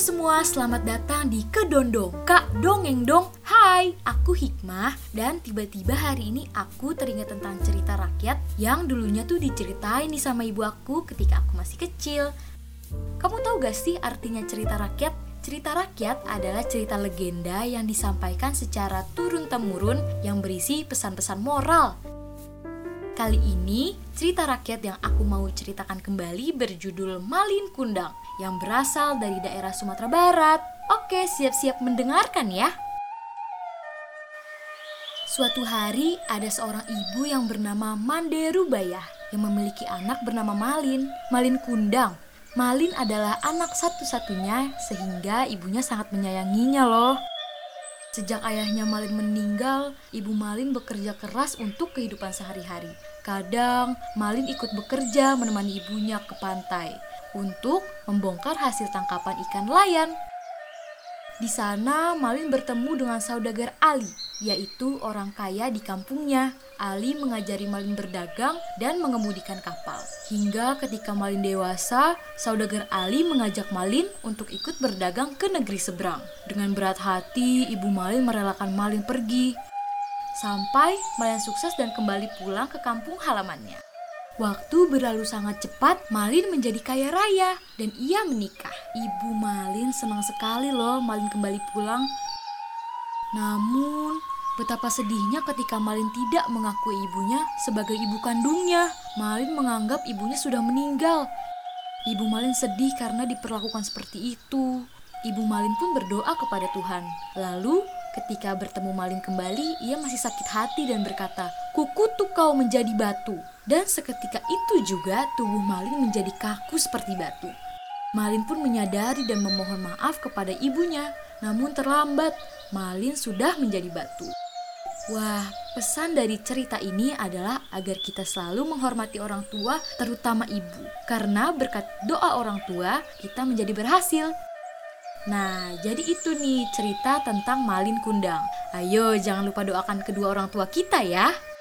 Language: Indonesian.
semua, selamat datang di Kedondong, Kak Dongeng Dong. Hai, aku Hikmah dan tiba-tiba hari ini aku teringat tentang cerita rakyat yang dulunya tuh diceritain nih sama ibu aku ketika aku masih kecil. Kamu tahu gak sih artinya cerita rakyat? Cerita rakyat adalah cerita legenda yang disampaikan secara turun-temurun yang berisi pesan-pesan moral. Kali ini, cerita rakyat yang aku mau ceritakan kembali berjudul Malin Kundang yang berasal dari daerah Sumatera Barat. Oke, siap-siap mendengarkan ya. Suatu hari, ada seorang ibu yang bernama Manderubaya yang memiliki anak bernama Malin, Malin Kundang. Malin adalah anak satu-satunya sehingga ibunya sangat menyayanginya loh. Sejak ayahnya Malin meninggal, ibu Malin bekerja keras untuk kehidupan sehari-hari. Kadang, Malin ikut bekerja menemani ibunya ke pantai untuk membongkar hasil tangkapan ikan nelayan. Di sana, Malin bertemu dengan saudagar Ali, yaitu orang kaya di kampungnya. Ali mengajari Malin berdagang dan mengemudikan kapal. Hingga ketika Malin dewasa, saudagar Ali mengajak Malin untuk ikut berdagang ke negeri seberang. Dengan berat hati, ibu Malin merelakan Malin pergi. Sampai Malin sukses dan kembali pulang ke kampung halamannya. Waktu berlalu sangat cepat, Malin menjadi kaya raya dan ia menikah. Ibu Malin senang sekali loh Malin kembali pulang. Namun, betapa sedihnya ketika Malin tidak mengakui ibunya sebagai ibu kandungnya. Malin menganggap ibunya sudah meninggal. Ibu Malin sedih karena diperlakukan seperti itu. Ibu Malin pun berdoa kepada Tuhan. Lalu, ketika bertemu Malin kembali, ia masih sakit hati dan berkata, "Kukutuk kau menjadi batu." Dan seketika itu juga tubuh Malin menjadi kaku seperti batu. Malin pun menyadari dan memohon maaf kepada ibunya. Namun terlambat, Malin sudah menjadi batu. Wah, pesan dari cerita ini adalah agar kita selalu menghormati orang tua, terutama ibu. Karena berkat doa orang tua, kita menjadi berhasil. Nah, jadi itu nih cerita tentang Malin Kundang. Ayo, jangan lupa doakan kedua orang tua kita ya.